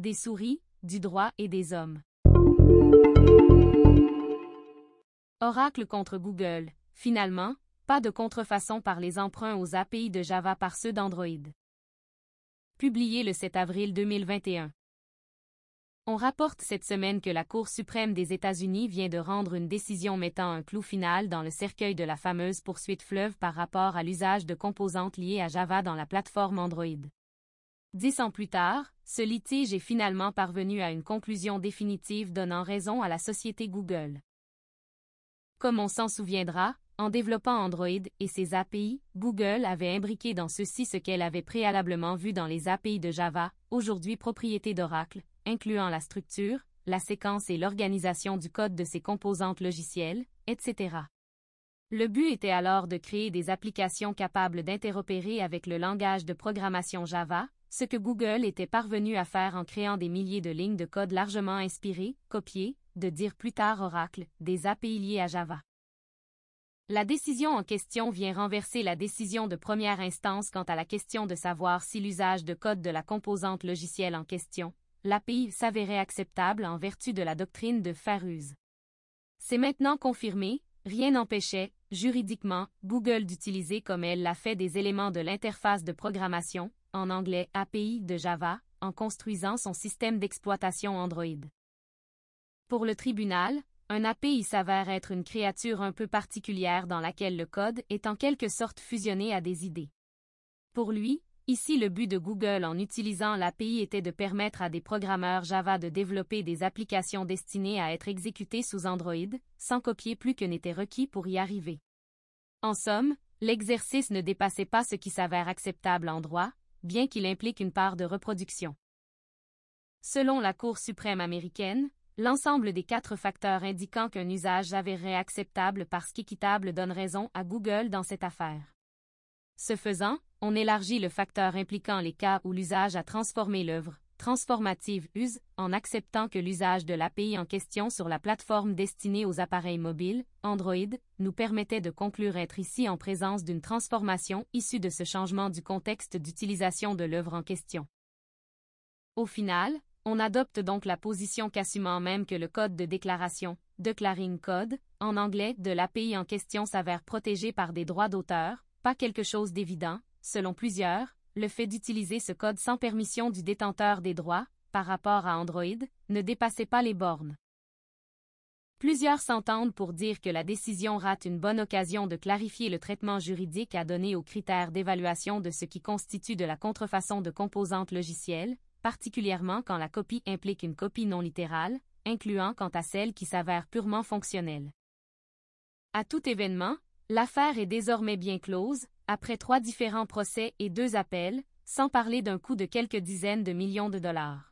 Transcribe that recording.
des souris, du droit et des hommes. Oracle contre Google. Finalement, pas de contrefaçon par les emprunts aux API de Java par ceux d'Android. Publié le 7 avril 2021. On rapporte cette semaine que la Cour suprême des États-Unis vient de rendre une décision mettant un clou final dans le cercueil de la fameuse poursuite fleuve par rapport à l'usage de composantes liées à Java dans la plateforme Android. 10 ans plus tard, ce litige est finalement parvenu à une conclusion définitive donnant raison à la société Google. Comme on s'en souviendra, en développant Android et ses API, Google avait imbriqué dans ceux-ci ce qu'elle avait préalablement vu dans les API de Java, aujourd'hui propriété d'Oracle, incluant la structure, la séquence et l'organisation du code de ses composantes logicielles, etc. Le but était alors de créer des applications capables d'interopérer avec le langage de programmation Java, ce que Google était parvenu à faire en créant des milliers de lignes de code largement inspirées, copiées, de dire plus tard Oracle, des API liées à Java. La décision en question vient renverser la décision de première instance quant à la question de savoir si l'usage de code de la composante logicielle en question, l'API, s'avérait acceptable en vertu de la doctrine de fair use. C'est maintenant confirmé, rien n'empêchait, juridiquement, Google d'utiliser comme elle l'a fait des éléments de l'interface de programmation, en anglais API de Java, en construisant son système d'exploitation Android. Pour le tribunal, un API s'avère être une créature un peu particulière dans laquelle le code est en quelque sorte fusionné à des idées. Pour lui, ici le but de Google en utilisant l'API était de permettre à des programmeurs Java de développer des applications destinées à être exécutées sous Android, sans copier plus que n'était requis pour y arriver. En somme, l'exercice ne dépassait pas ce qui s'avère acceptable en droit, bien qu'il implique une part de reproduction. Selon la Cour suprême américaine, l'ensemble des 4 facteurs indiquant qu'un usage s'avérerait acceptable parce qu'équitable donne raison à Google dans cette affaire. Ce faisant, on élargit le facteur impliquant les cas où l'usage a transformé l'œuvre, transformative use, en acceptant que l'usage de l'API en question sur la plateforme destinée aux appareils mobiles, Android, nous permettait de conclure être ici en présence d'une transformation issue de ce changement du contexte d'utilisation de l'œuvre en question. Au final, on adopte donc la position qu'assumant même que le code de déclaration, declaring code, en anglais, de l'API en question s'avère protégé par des droits d'auteur, pas quelque chose d'évident, selon plusieurs, le fait d'utiliser ce code sans permission du détenteur des droits, par rapport à Android, ne dépassait pas les bornes. Plusieurs s'entendent pour dire que la décision rate une bonne occasion de clarifier le traitement juridique à donner aux critères d'évaluation de ce qui constitue de la contrefaçon de composantes logicielles, particulièrement quand la copie implique une copie non littérale, incluant quant à celle qui s'avère purement fonctionnelle. À tout événement, l'affaire est désormais bien close, après 3 différents procès et 2 appels, sans parler d'un coût de quelques dizaines de millions de dollars.